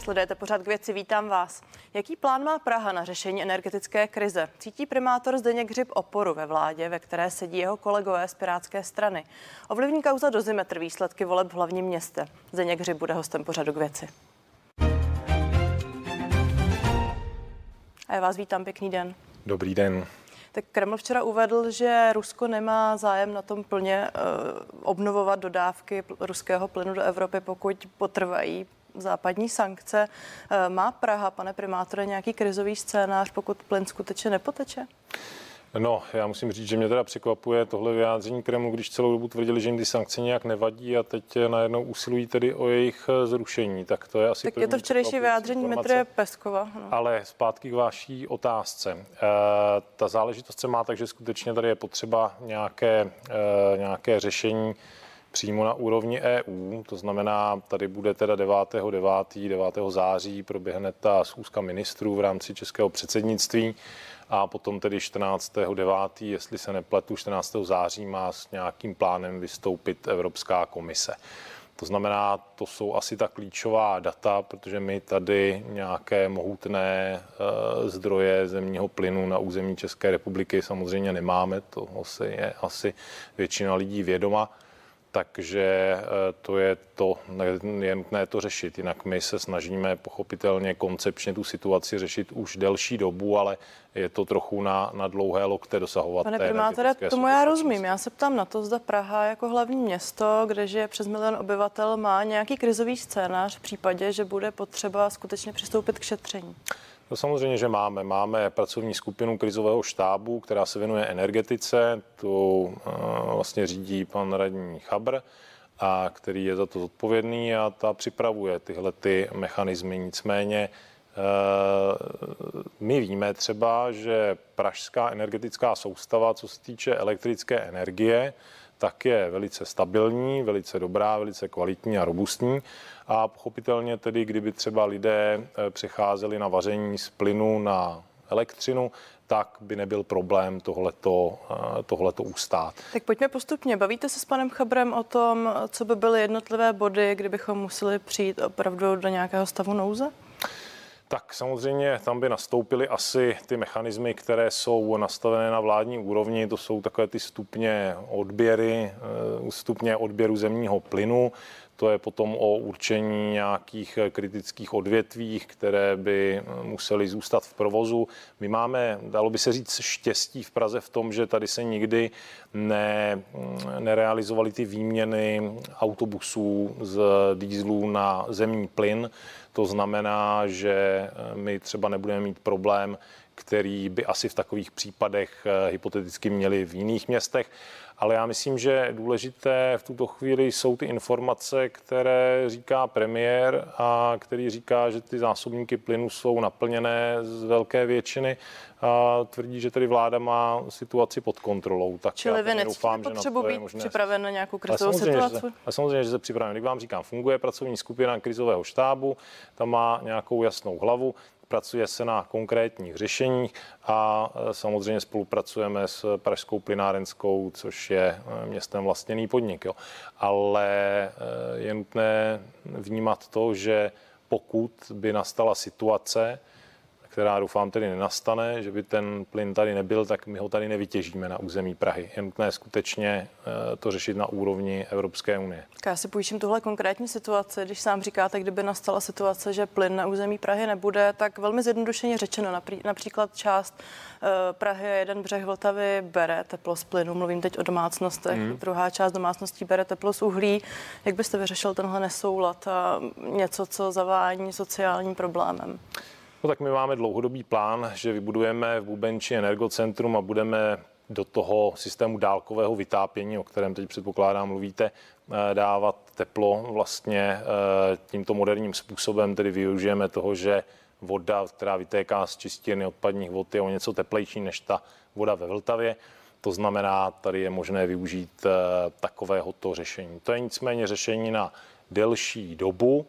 Sledujete pořad K věci, vítám vás. Jaký plán má Praha na řešení energetické krize? Cítí primátor Zdeněk Hřib oporu ve vládě, ve které sedí jeho kolegové z Pirátské strany? Ovlivní kauza Dozimetr výsledky voleb v hlavním městě? Zdeněk Hřib bude hostem pořadu K věci. A já vás vítám, pěkný den. Dobrý den. Tak Kreml včera uvedl, že Rusko nemá zájem na tom plně obnovovat dodávky ruského plynu do Evropy, pokud potrvají západní sankce. Má Praha, pane primátore, nějaký krizový scénář, pokud plyn skutečně nepoteče? No, já musím říct, že mě teda překvapuje tohle vyjádření Kremlu, když celou dobu tvrdili, že jim ty sankce nějak nevadí a teď najednou usilují tedy o jejich zrušení. Tak to je asi. Tak je to včerejší vyjádření Dmitrije Peskova. No. Ale zpátky k vaší otázce. Ta záležitost se má tak, že skutečně tady je potřeba nějaké řešení přímo na úrovni EU, to znamená, tady bude teda 9. září proběhne ta schůzka ministrů v rámci českého předsednictví a potom tedy 14.9., jestli se nepletu, 14. září má s nějakým plánem vystoupit Evropská komise. To znamená, to jsou asi ta klíčová data, protože my tady nějaké mohutné zdroje zemního plynu na území České republiky samozřejmě nemáme, toho si je asi většina lidí vědoma. Takže to je nutné to řešit. Jinak my se snažíme pochopitelně koncepčně tu situaci řešit už delší dobu, ale je to trochu na dlouhé lokte dosahovat. Pane primátore, tomu já rozumím. Já se ptám na to, zda Praha jako hlavní město, kde žije přes 1 milion obyvatel, má nějaký krizový scénář v případě, že bude potřeba skutečně přistoupit k šetření. No samozřejmě, že máme pracovní skupinu krizového štábu, která se věnuje energetice, tu vlastně řídí pan radní Chabr, a který je za to zodpovědný a ta připravuje tyhle ty mechanismy. Nicméně my víme třeba, že pražská energetická soustava, co se týče elektrické energie, tak je velice stabilní, velice dobrá, velice kvalitní a robustní. A pochopitelně tedy, kdyby třeba lidé přecházeli na vaření z plynu na elektřinu, tak by nebyl problém tohleto ustát. Tak pojďme postupně. Bavíte se s panem Chabrem o tom, co by byly jednotlivé body, kdybychom museli přijít opravdu do nějakého stavu nouze? Tak samozřejmě tam by nastoupily asi ty mechanismy, které jsou nastavené na vládní úrovni. To jsou takové ty stupně odběru zemního plynu. To je potom o určení nějakých kritických odvětvích, které by musely zůstat v provozu. My máme, dalo by se říct, štěstí v Praze v tom, že tady se nikdy nerealizovaly ty výměny autobusů z dieselů na zemní plyn. To znamená, že my třeba nebudeme mít problém, který by asi v takových případech hypoteticky měli v jiných městech. Ale já myslím, že důležité v tuto chvíli jsou ty informace, které říká premiér a který říká, že ty zásobníky plynu jsou naplněné z velké většiny a tvrdí, že tedy vláda má situaci pod kontrolou. Tak čili vy necítíte potřebu být připraven na nějakou krizovou situaci? A samozřejmě, že se připravíme. Jak vám říkám, funguje pracovní skupina krizového štábu, tam má nějakou jasnou hlavu. Pracuje se na konkrétních řešeních a samozřejmě spolupracujeme s Pražskou plynárenskou, což je městem vlastněný podnik. Jo. Ale je nutné vnímat to, že pokud by nastala situace, která doufám tedy nenastane, že by ten plyn tady nebyl, tak my ho tady nevytěžíme na území Prahy. Je nutné skutečně to řešit na úrovni Evropské unie. Já si půjčím tuhle konkrétní situaci, když sám říkáte, kdyby nastala situace, že plyn na území Prahy nebude, tak velmi zjednodušeně řečeno, například část Prahy, jeden břeh Vltavy bere teplo z plynu, mluvím teď o domácnostech, druhá část domácností bere teplo z uhlí. Jak byste vyřešil tenhle nesoulad a něco, co zavání sociálním problémem? No tak my máme dlouhodobý plán, že vybudujeme v Bubenči energocentrum a budeme do toho systému dálkového vytápění, o kterém teď předpokládám mluvíte, dávat teplo vlastně tímto moderním způsobem, tedy využijeme toho, že voda, která vytéká z čistírny odpadních vod, je o něco teplejší než ta voda ve Vltavě. To znamená, tady je možné využít takovéhoto řešení. To je nicméně řešení na delší dobu.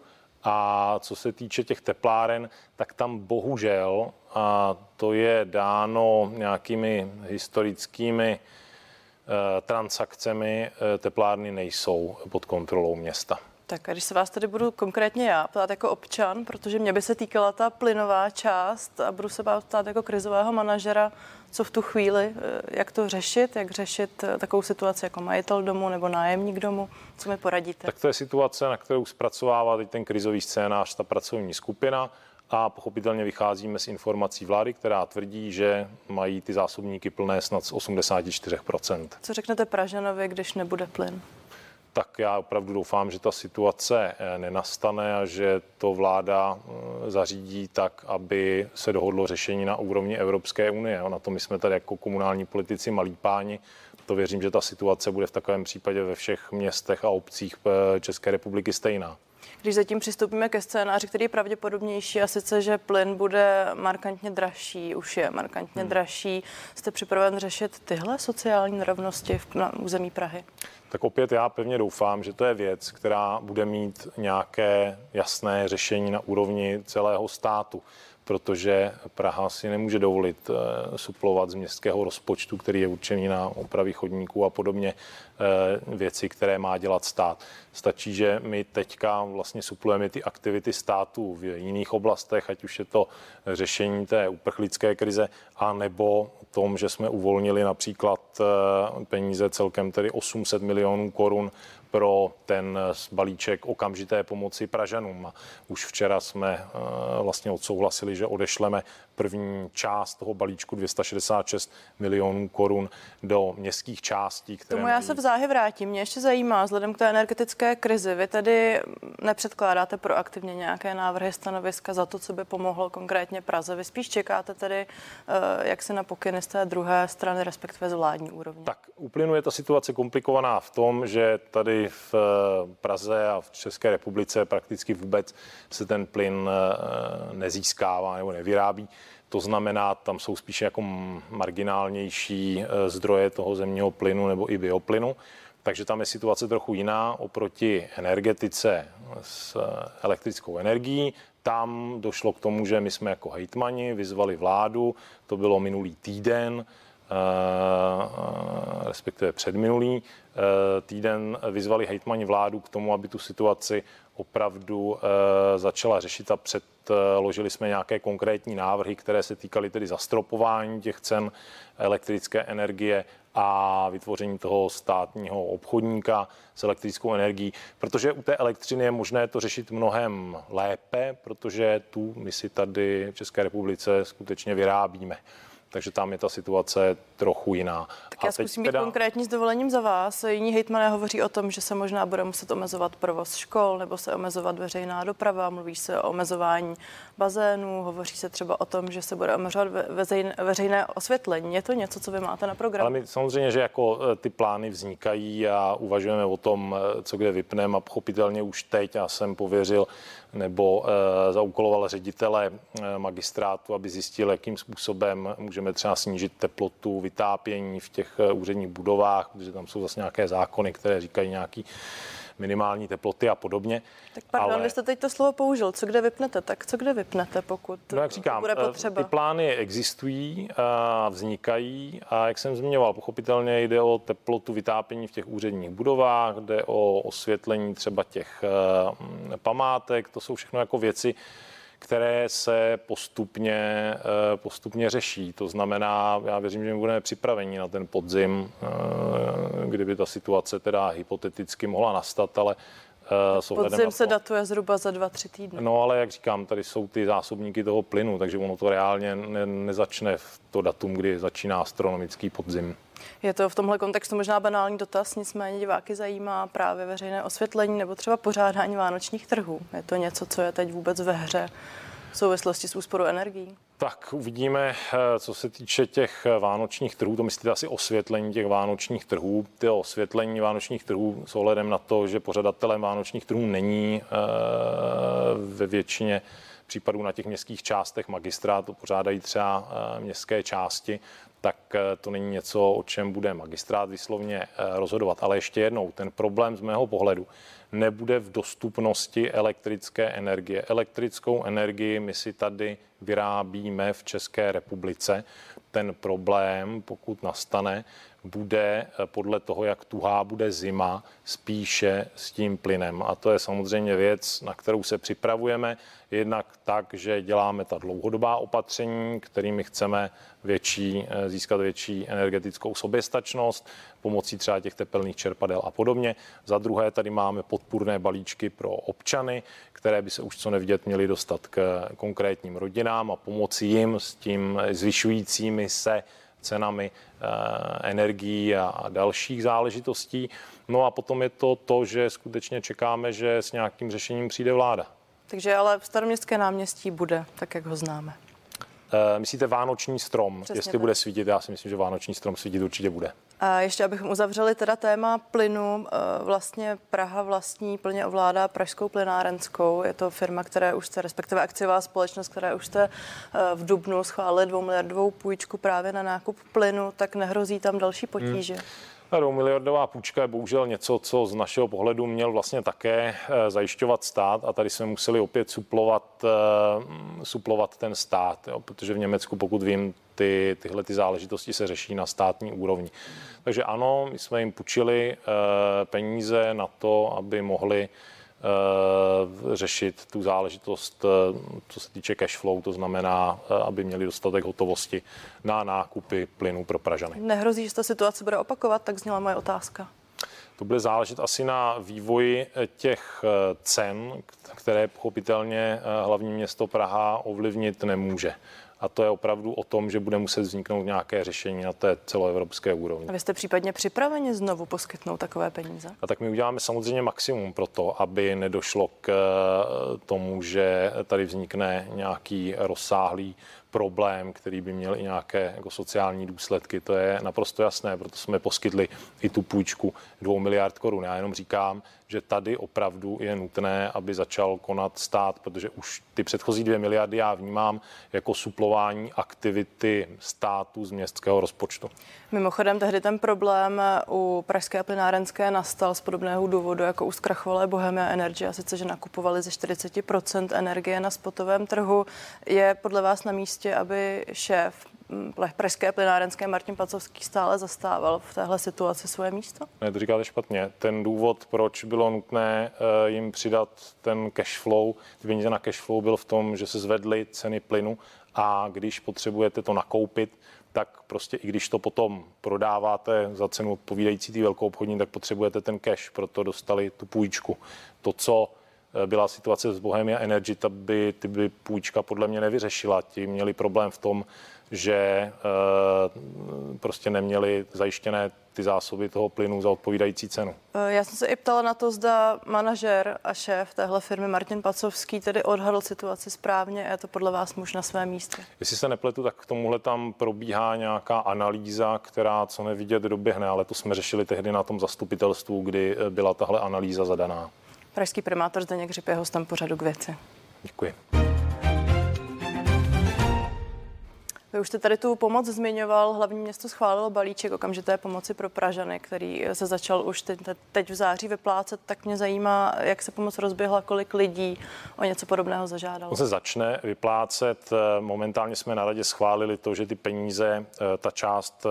A co se týče těch tepláren, tak tam bohužel, a to je dáno nějakými historickými transakcemi, teplárny nejsou pod kontrolou města. Tak a když se vás tady budu konkrétně já ptát jako občan, protože mě by se týkala ta plynová část a budu se ptát jako krizového manažera, co v tu chvíli, jak to řešit, jak řešit takovou situaci jako majitel domu nebo nájemník domu, co mi poradíte? Tak to je situace, na kterou zpracovává teď ten krizový scénář, ta pracovní skupina a pochopitelně vycházíme z informací vlády, která tvrdí, že mají ty zásobníky plné snad z 84%. Co řeknete Pražanovi, když nebude plyn? Tak já opravdu doufám, že ta situace nenastane a že to vláda zařídí tak, aby se dohodlo řešení na úrovni Evropské unie. Na to my jsme tady jako komunální politici malí páni. To věřím, že ta situace bude v takovém případě ve všech městech a obcích České republiky stejná. Když zatím přistoupíme ke scénáři, který je pravděpodobnější, a sice, že plyn bude markantně dražší, už je markantně dražší, jste připraven řešit tyhle sociální nerovnosti na území Prahy? Tak opět já pevně doufám, že to je věc, která bude mít nějaké jasné řešení na úrovni celého státu, protože Praha si nemůže dovolit suplovat z městského rozpočtu, který je určený na opravy chodníků a podobně, věci, které má dělat stát. Stačí, že my teďka vlastně suplujeme ty aktivity státu v jiných oblastech, ať už je to řešení té uprchlické krize, anebo tom, že jsme uvolnili například peníze celkem tedy 800 milionů korun pro ten balíček okamžité pomoci Pražanům. A už včera jsme vlastně odsouhlasili, že odešleme první část toho balíčku 266 milionů korun do městských částí. Tomu já se v záhy vrátím. Mě ještě zajímá, vzhledem k té energetické krizi, vy tady nepředkládáte proaktivně nějaké návrhy, stanoviska za to, co by pomohlo konkrétně Praze. Vy spíš čekáte tedy, jak se na pokyny z té druhé strany, respektive z vládní úrovně. Tak úplně je ta situace komplikovaná v tom, že tady v Praze a v České republice prakticky vůbec se ten plyn nezískává nebo nevyrábí. To znamená, tam jsou spíše jako marginálnější zdroje toho zemního plynu nebo i bioplynu. Takže tam je situace trochu jiná oproti energetice s elektrickou energií. Tam došlo k tomu, že my jsme jako hejtmani vyzvali vládu, to bylo minulý týden, respektive předminulý týden, vyzvali hejtmani vládu k tomu, aby tu situaci opravdu začala řešit a předložili jsme nějaké konkrétní návrhy, které se týkaly tedy zastropování těch cen elektrické energie a vytvoření toho státního obchodníka s elektrickou energií, protože u té elektřiny je možné to řešit mnohem lépe, protože tu my si tady v České republice skutečně vyrábíme. Takže tam je ta situace trochu jiná. Tak já zkusím být konkrétní s dovolením za vás. Jiní hejtmané hovoří o tom, že se možná bude muset omezovat provoz škol nebo se omezovat veřejná doprava, mluví se o omezování bazénů, hovoří se třeba o tom, že se bude omezovat veřejné osvětlení. Je to něco, co vy máte na programu? Ale my samozřejmě, že jako ty plány vznikají a uvažujeme o tom, co kde vypneme a pochopitelně už teď já jsem pověřil nebo zaúkoloval ředitele magistrátu, aby zjistil, jakým způsobem můžeme třeba snížit teplotu vytápění v těch úředních budovách, protože tam jsou zase nějaké zákony, které říkají nějaký minimální teploty a podobně. Tak pardon, vy jste teď to slovo použil. Co kde vypnete? Tak co kde vypnete, pokud jak říkám, bude potřeba? Ty plány existují a vznikají a jak jsem zmiňoval, pochopitelně jde o teplotu vytápění v těch úředních budovách, jde o osvětlení třeba těch památek, to jsou všechno jako věci, které se postupně řeší. To znamená, já věřím, že my budeme připraveni na ten podzim, kdyby ta situace teda hypoteticky mohla nastat, ale podzim se datuje zhruba za 2-3 týdny. No ale jak říkám, tady jsou ty zásobníky toho plynu, takže ono to reálně nezačne v to datum, kdy začíná astronomický podzim. Je to v tomhle kontextu možná banální dotaz, nicméně diváky zajímá právě veřejné osvětlení nebo třeba pořádání vánočních trhů. Je to něco, co je teď vůbec ve hře v souvislosti s úsporou energií? Tak uvidíme, co se týče těch vánočních trhů, to myslíte asi osvětlení těch vánočních trhů. Ty osvětlení vánočních trhů s ohledem na to, že pořadatelem vánočních trhů není ve většině případů na těch městských částech magistrát, to pořádají třeba městské části, tak to není něco, o čem bude magistrát výslovně rozhodovat. Ale ještě jednou, ten problém z mého pohledu nebude v dostupnosti elektrické energie. Elektrickou energii my si tady vyrábíme v České republice. Ten problém, pokud nastane, bude podle toho, jak tuhá bude zima, spíše s tím plynem. A to je samozřejmě věc, na kterou se připravujeme, jednak tak, že děláme ta dlouhodobá opatření, kterými chceme získat větší energetickou soběstačnost pomocí třeba těch tepelných čerpadel a podobně. Za druhé tady máme podpůrné balíčky pro občany, které by se už co nevidět měly dostat k konkrétním rodinám a pomoci jim s tím zvyšujícími se cenami energií a dalších záležitostí. No a potom je to, že skutečně čekáme, že s nějakým řešením přijde vláda. Takže ale Staroměstské náměstí bude tak, jak ho známe. Myslíte vánoční strom, Přesně jestli tak. bude svítit? Já si myslím, že vánoční strom svítit určitě bude. A ještě abychom uzavřeli teda téma plynu, vlastně Praha vlastní plně ovládá Pražskou plynárenskou. Je to firma, které už jste, respektive akciová společnost, které už jste v dubnu schválili 2 miliardovou půjčku právě na nákup plynu, tak nehrozí tam další potíže? Ta 2 miliardová půjčka je bohužel něco, co z našeho pohledu měl vlastně také zajišťovat stát a tady jsme museli opět suplovat ten stát, jo, protože v Německu, pokud vím, tyhle záležitosti se řeší na státní úrovni. Takže ano, my jsme jim půjčili peníze na to, aby mohli řešit tu záležitost, co se týče cash flow, to znamená, aby měli dostatek hotovosti na nákupy plynu pro Pražany. Nehrozí, že ta situace bude opakovat, tak zněla moje otázka. To bude záležet asi na vývoji těch cen, které pochopitelně hlavní město Praha ovlivnit nemůže. A to je opravdu o tom, že bude muset vzniknout nějaké řešení na té celoevropské úrovni. A vy jste případně připraveni znovu poskytnout takové peníze? A tak my uděláme samozřejmě maximum pro to, aby nedošlo k tomu, že tady vznikne nějaký rozsáhlý problém, který by měl i nějaké jako sociální důsledky. To je naprosto jasné, proto jsme poskytli i tu půjčku 2 miliard korun. Já jenom říkám, že tady opravdu je nutné, aby začal konat stát, protože už ty předchozí 2 miliardy já vnímám jako suplování aktivity státu z městského rozpočtu. Mimochodem, tehdy ten problém u Pražské plynárenské nastal z podobného důvodu, jako u zkrachovalé Bohemia Energy, a sice, že nakupovali ze 40% energie na spotovém trhu. Je podle vás na místě, aby šéf Pražské plynárenské Martin Pacovský stále zastával v téhle situaci svoje místo? Ne, to říkáte špatně. Ten důvod, proč bylo nutné jim přidat ten cash flow, ty peníze na cash flow, byl v tom, že se zvedly ceny plynu a když potřebujete to nakoupit, tak prostě i když to potom prodáváte za cenu odpovídající té velkoobchodní, tak potřebujete ten cash, proto dostali tu půjčku. To, co byla situace s Bohemia Energy, ty by půjčka podle mě nevyřešila. Ti měli problém v tom, že prostě neměli zajištěné ty zásoby toho plynu za odpovídající cenu. Já jsem se i ptala na to, zda manažer a šéf téhle firmy Martin Pacovský tedy odhadl situaci správně a je to podle vás muž na svém místě. Jestli se nepletu, tak k tomuhle tam probíhá nějaká analýza, která co nevidět doběhne, ale to jsme řešili tehdy na tom zastupitelstvu, kdy byla tahle analýza zadaná. Pražský primátor Zdeněk Hřib je hostem pořadu K věci. Děkuji. Vy už jste tady tu pomoc zmiňoval, hlavní město schválilo balíček okamžité pomoci pro Pražany, který se začal už teď v září vyplácet, tak mě zajímá, jak se pomoc rozběhla, kolik lidí o něco podobného zažádalo. On se začne vyplácet, momentálně jsme na radě schválili to, že ty peníze, ta část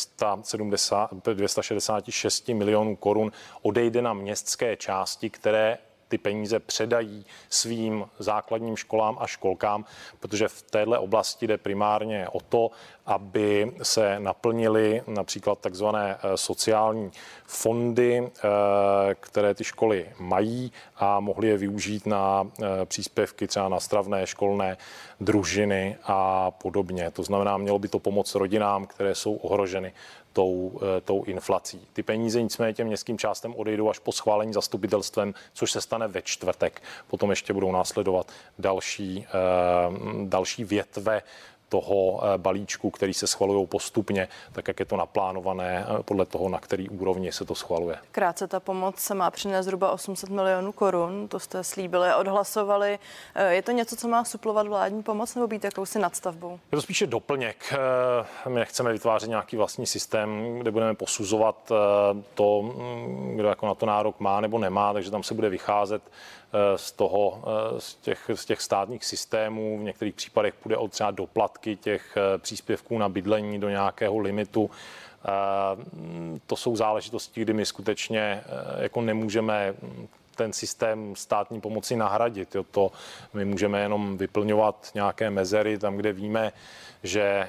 266 milionů korun odejde na městské části, které ty peníze předají svým základním školám a školkám, protože v téhle oblasti jde primárně o to, aby se naplnily například takzvané sociální fondy, které ty školy mají a mohly je využít na příspěvky třeba na stravné, školné, družiny a podobně. To znamená, mělo by to pomoct rodinám, které jsou ohroženy tou inflací. Ty peníze nicméně těm městským částem odejdou až po schválení zastupitelstvem, což se stane ve čtvrtek. Potom ještě budou následovat další větve toho balíčku, který se schvalují postupně, tak jak je to naplánované podle toho, na který úrovni se to schvaluje. Krátce ta pomoc se má přinést zhruba 800 milionů korun, to jste slíbili a odhlasovali. Je to něco, co má suplovat vládní pomoc nebo být jakousi nadstavbou? Je to spíše doplněk. My nechceme vytvářet nějaký vlastní systém, kde budeme posuzovat to, kdo jako na to nárok má nebo nemá, takže tam se bude vycházet z těch státních systémů. V některých případech půjde o třeba doplatky těch příspěvků na bydlení do nějakého limitu. To jsou záležitosti, kdy my skutečně jako nemůžeme ten systém státní pomoci nahradit. To my můžeme jenom vyplňovat nějaké mezery tam, kde víme, že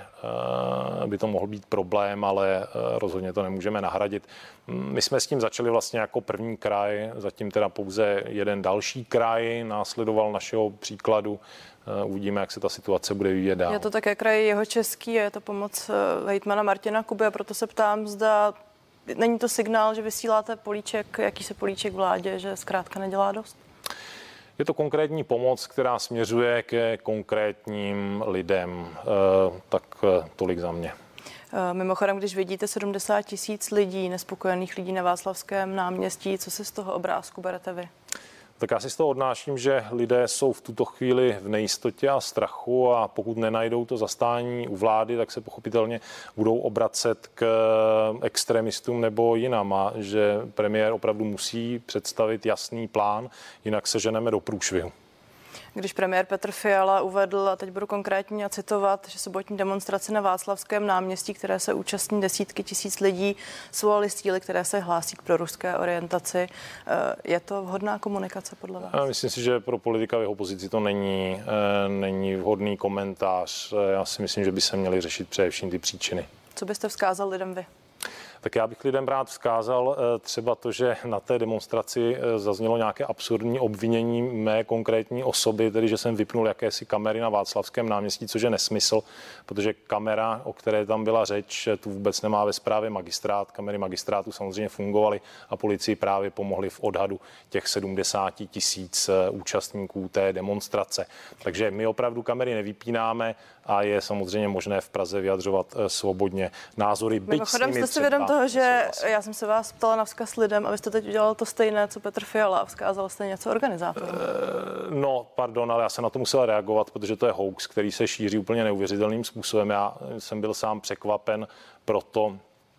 by to mohl být problém, ale rozhodně to nemůžeme nahradit. My jsme s tím začali vlastně jako první kraj, zatím teda pouze jeden další kraj následoval našeho příkladu. Uvidíme, jak se ta situace bude vyvíjet dál. Je to také kraj Jihočeský a je to pomoc hejtmana Martina Kuby a proto se ptám, zda není to signál, že vysíláte políček, jakýsi políček vládě, že zkrátka nedělá dost? Je to konkrétní pomoc, která směřuje ke konkrétním lidem. Tak tolik za mě. Mimochodem, když vidíte 70 000 lidí, nespokojených lidí na Václavském náměstí, co si z toho obrázku berete vy? Tak já si z toho odnáším, že lidé jsou v tuto chvíli v nejistotě a strachu a pokud nenajdou to zastání u vlády, tak se pochopitelně budou obracet k extremistům nebo jinam a že premiér opravdu musí představit jasný plán, jinak se ženeme do průšvihu. Když premiér Petr Fiala uvedl, a teď budu konkrétně citovat, že sobotní demonstrace na Václavském náměstí, které se účastní desítky tisíc lidí, svolali síly, které se hlásí k proruské orientaci. Je to vhodná komunikace podle vás? Myslím si, že pro politika v jeho pozici to není vhodný komentář. Já si myslím, že by se měly řešit především ty příčiny. Co byste vzkázal lidem vy? Tak já bych lidem rád vzkázal třeba to, že na té demonstraci zaznělo nějaké absurdní obvinění mé konkrétní osoby, tedy že jsem vypnul jakési kamery na Václavském náměstí, což je nesmysl, protože kamera, o které tam byla řeč, tu vůbec nemá ve správě magistrát. Kamery magistrátu samozřejmě fungovaly a policii právě pomohli v odhadu těch 70 000 účastníků té demonstrace. Takže my opravdu kamery nevypínáme a je samozřejmě možné v Praze vyjadřovat svobodně názory. Mimochodem jste si vědom toho, že já jsem se vás ptala na vzkaz lidem a vy jste teď udělal to stejné, co Petr Fiala a vzkázal jste něco organizátorům. No, pardon, ale já jsem na to musel reagovat, protože to je hoax, který se šíří úplně neuvěřitelným způsobem. Já jsem byl sám překvapen proto,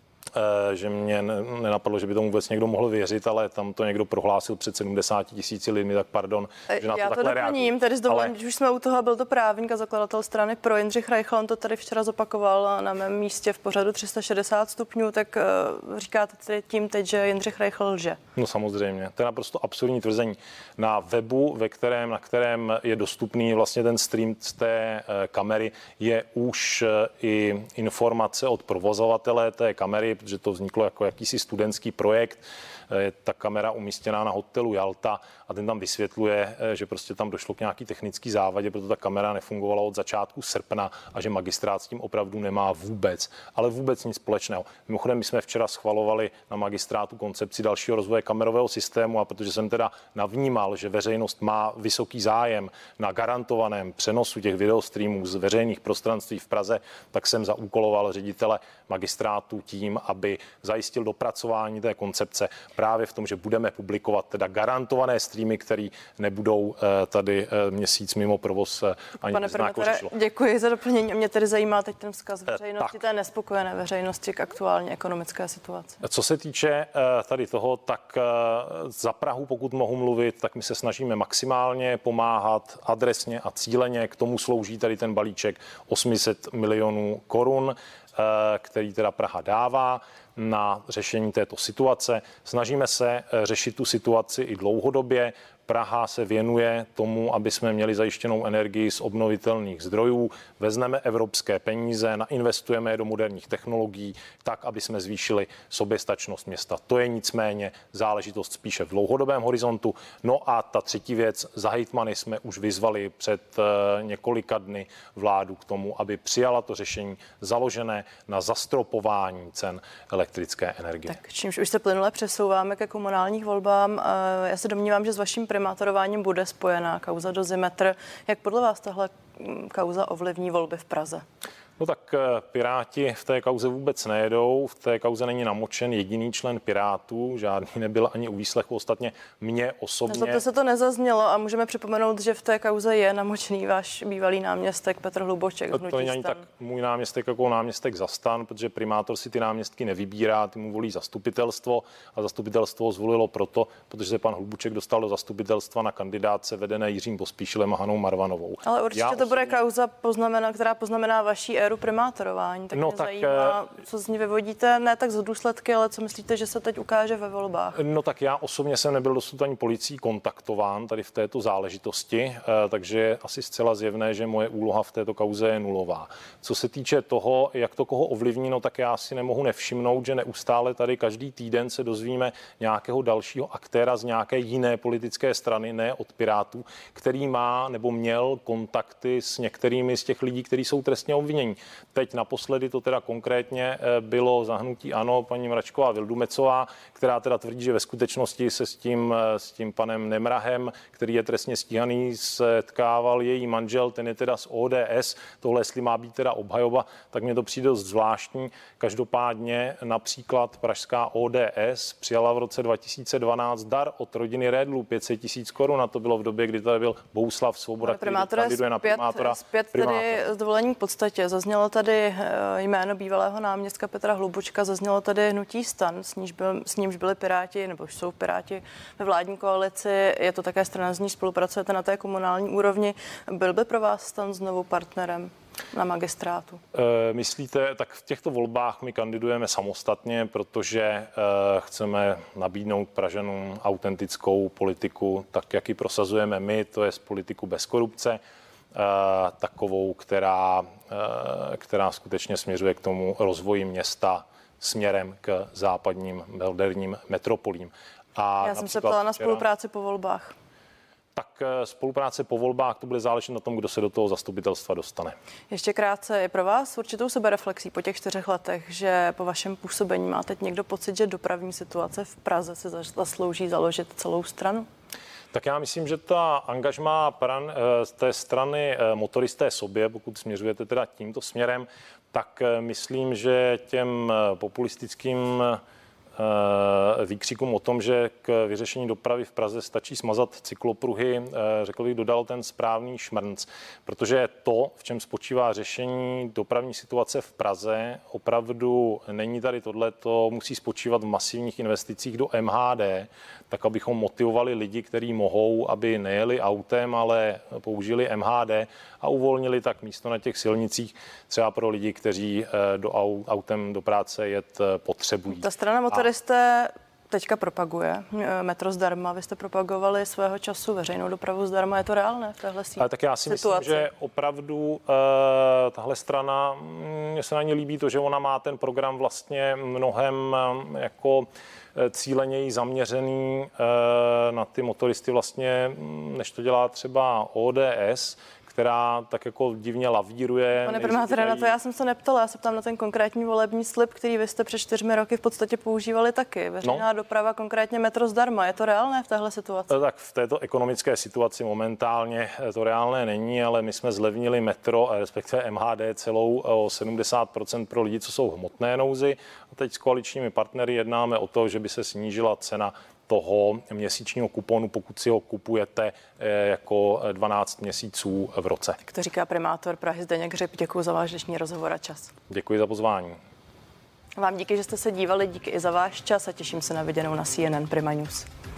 že mě nenapadlo, že by tomu vůbec někdo mohl věřit, ale tam to někdo prohlásil před 70 000 lidmi, tak pardon, že na to takhle reaguji. Já to doplním, tedy s dovolením, když už jsme u toho, byl to právník a zakladatel strany Pro Jindřich Reichl, on to tady včera zopakoval na mém místě v pořadu 360 stupňů, tak říkáte tedy tím teď, že Jindřich Reichl lže. No samozřejmě, to je naprosto absurdní tvrzení. Na webu, na kterém je dostupný vlastně ten stream z té kamery, je už i informace od provozovatele té kamery, protože to vzniklo jako jakýsi studentský projekt. Je ta kamera umístěná na hotelu Jalta a ten tam vysvětluje, že prostě tam došlo k nějaký technický závadě, proto ta kamera nefungovala od začátku srpna a že magistrát s tím opravdu nemá vůbec nic společného. Mimochodem, my jsme včera schvalovali na magistrátu koncepci dalšího rozvoje kamerového systému a protože jsem teda navnímal, že veřejnost má vysoký zájem na garantovaném přenosu těch videostreamů z veřejných prostranství v Praze, tak jsem zaúkoloval ředitele magistrátu tím, aby zajistil dopracování té koncepce právě v tom, že budeme publikovat teda garantované streamy, které nebudou tady měsíc mimo provoz ani Pane primátore, děkuji za doplnění. Mě tedy zajímá teď ten vzkaz veřejnosti, té nespokojené veřejnosti k aktuální ekonomické situaci. Co se týče tady toho, tak za Prahu, pokud mohu mluvit, tak my se snažíme maximálně pomáhat adresně a cíleně. K tomu slouží tady ten balíček 800 milionů korun, který teda Praha dává na řešení této situace. Snažíme se řešit tu situaci i dlouhodobě. Praha se věnuje tomu, aby jsme měli zajištěnou energii z obnovitelných zdrojů. Vezmeme evropské peníze, nainvestujeme je do moderních technologií, tak, aby jsme zvýšili soběstačnost města. To je nicméně záležitost spíše v dlouhodobém horizontu. No a ta třetí věc, za hejtmany jsme už vyzvali před několika dny vládu k tomu, aby přijala to řešení založené na zastropování cen elektrické energie. Tak čímž už se plynule přesouváme ke komunálních volbám. Já se domnívám, že s vaším primátorováním bude spojená kauza Dozimetr. Jak podle vás tahle kauza ovlivní volby v Praze? No tak Piráti v té kauze vůbec nejedou, v té kauze není namočen jediný člen Pirátů, žádný nebyl ani u výslechu, ostatně mě osobně. To se to nezaznělo a můžeme připomenout, že v té kauze je namočený váš bývalý náměstek Petr Hlubuček. To není ani tak můj náměstek jako náměstek za STAN, protože primátor si ty náměstky nevybírá, ty mu volí zastupitelstvo a zastupitelstvo zvolilo proto, protože se pan Hlubuček dostal do zastupitelstva na kandidátce vedené Jiřím Pospíšilem a Hanou Marvanovou. Ale určitě to bude kauza, která poznamená vaší éru primátorování. Tak mě zajímá, co z ní vyvodíte, ne tak z důsledky, ale co myslíte, že se teď ukáže ve volbách? No tak já osobně jsem nebyl dosud ani policií kontaktován tady v této záležitosti, takže je asi zcela zjevné, že moje úloha v této kauze je nulová. Co se týče toho, jak to koho ovlivní, no tak já si nemohu nevšimnout, že neustále tady každý týden se dozvíme nějakého dalšího aktéra z nějaké jiné politické strany, ne od Pirátů, který má nebo měl kontakty s některými z těch lidí, kteří jsou trestně obviněni. Teď naposledy to teda konkrétně bylo za hnutí ANO paní Mračková Vildumecová, která teda tvrdí, že ve skutečnosti se s tím panem Nemrahem, který je trestně stíhaný, setkával její manžel, ten je teda z ODS. Tohle, jestli má být teda obhajoba, tak mně to přijde dost zvláštní. Každopádně například pražská ODS přijala v roce 2012 dar od rodiny Redlů 500 000 korun. A to bylo v době, kdy tady byl Bohuslav Svoboda, který kandiduje na primátora. Zpět tedy zvolení v podstatě. Zaznělo tady jméno bývalého náměstka Petra Hlubučka, zaznělo tady hnutí STAN, s nímž byli Piráti, nebo jsou Piráti ve vládní koalici. Je to také strana, s níž spolupracujete na té komunální úrovni. Byl by pro vás STAN znovu partnerem na magistrátu? Myslíte, tak v těchto volbách my kandidujeme samostatně, protože chceme nabídnout Pražanům autentickou politiku, tak jak ji prosazujeme my, to je politiku bez korupce, takovou, která skutečně směřuje k tomu rozvoji města směrem k západním moderním metropolím. Já jsem se ptala na spolupráci po volbách. Tak spolupráce po volbách, to bude záležet na tom, kdo se do toho zastupitelstva dostane. Ještě krátce, je pro vás určitou sebereflexí po těch 4 letech, že po vašem působení má teď někdo pocit, že dopravní situace v Praze si zaslouží založit celou stranu? Tak já myslím, že ta angažmá z té strany motoristé sobě, pokud směřujete teda tímto směrem, tak myslím, že těm populistickým výkřikům o tom, že k vyřešení dopravy v Praze stačí smazat cyklopruhy, řekl bych, dodal ten správný šmrnc, protože to, v čem spočívá řešení dopravní situace v Praze, opravdu není tady tohle, to musí spočívat v masivních investicích do MHD, tak abychom motivovali lidi, kteří mohou, aby nejeli autem, ale použili MHD a uvolnili tak místo na těch silnicích třeba pro lidi, kteří autem do práce jet potřebují. Ta strana motoristé teďka propaguje metro zdarma. Vy jste propagovali svého času veřejnou dopravu zdarma. Je to reálné v téhle situaci? Tak já si myslím, že opravdu tahle strana, mně se na ní líbí to, že ona má ten program vlastně mnohem jako cíleněji zaměřený na ty motoristy vlastně, než to dělá třeba ODS, která tak jako divně lavíruje. Pane primátore, na to já jsem se neptala, já se ptám na ten konkrétní volební slib, který vy jste před 4 roky v podstatě používali taky. Veřejná doprava, konkrétně metro zdarma. Je to reálné v téhle situaci? Tak v této ekonomické situaci momentálně to reálné není, ale my jsme zlevnili metro, respektive MHD celou o 70% pro lidi, co jsou v hmotné nouzi. A teď s koaličními partnery jednáme o to, že by se snížila cena toho měsíčního kuponu, pokud si ho kupujete jako 12 měsíců v roce. Tak to říká primátor Prahy Zdeněk Hřib. Děkuji za váš dnešní rozhovor a čas. Děkuji za pozvání. Vám díky, že jste se dívali, díky i za váš čas a těším se na viděnou na CNN Prima News.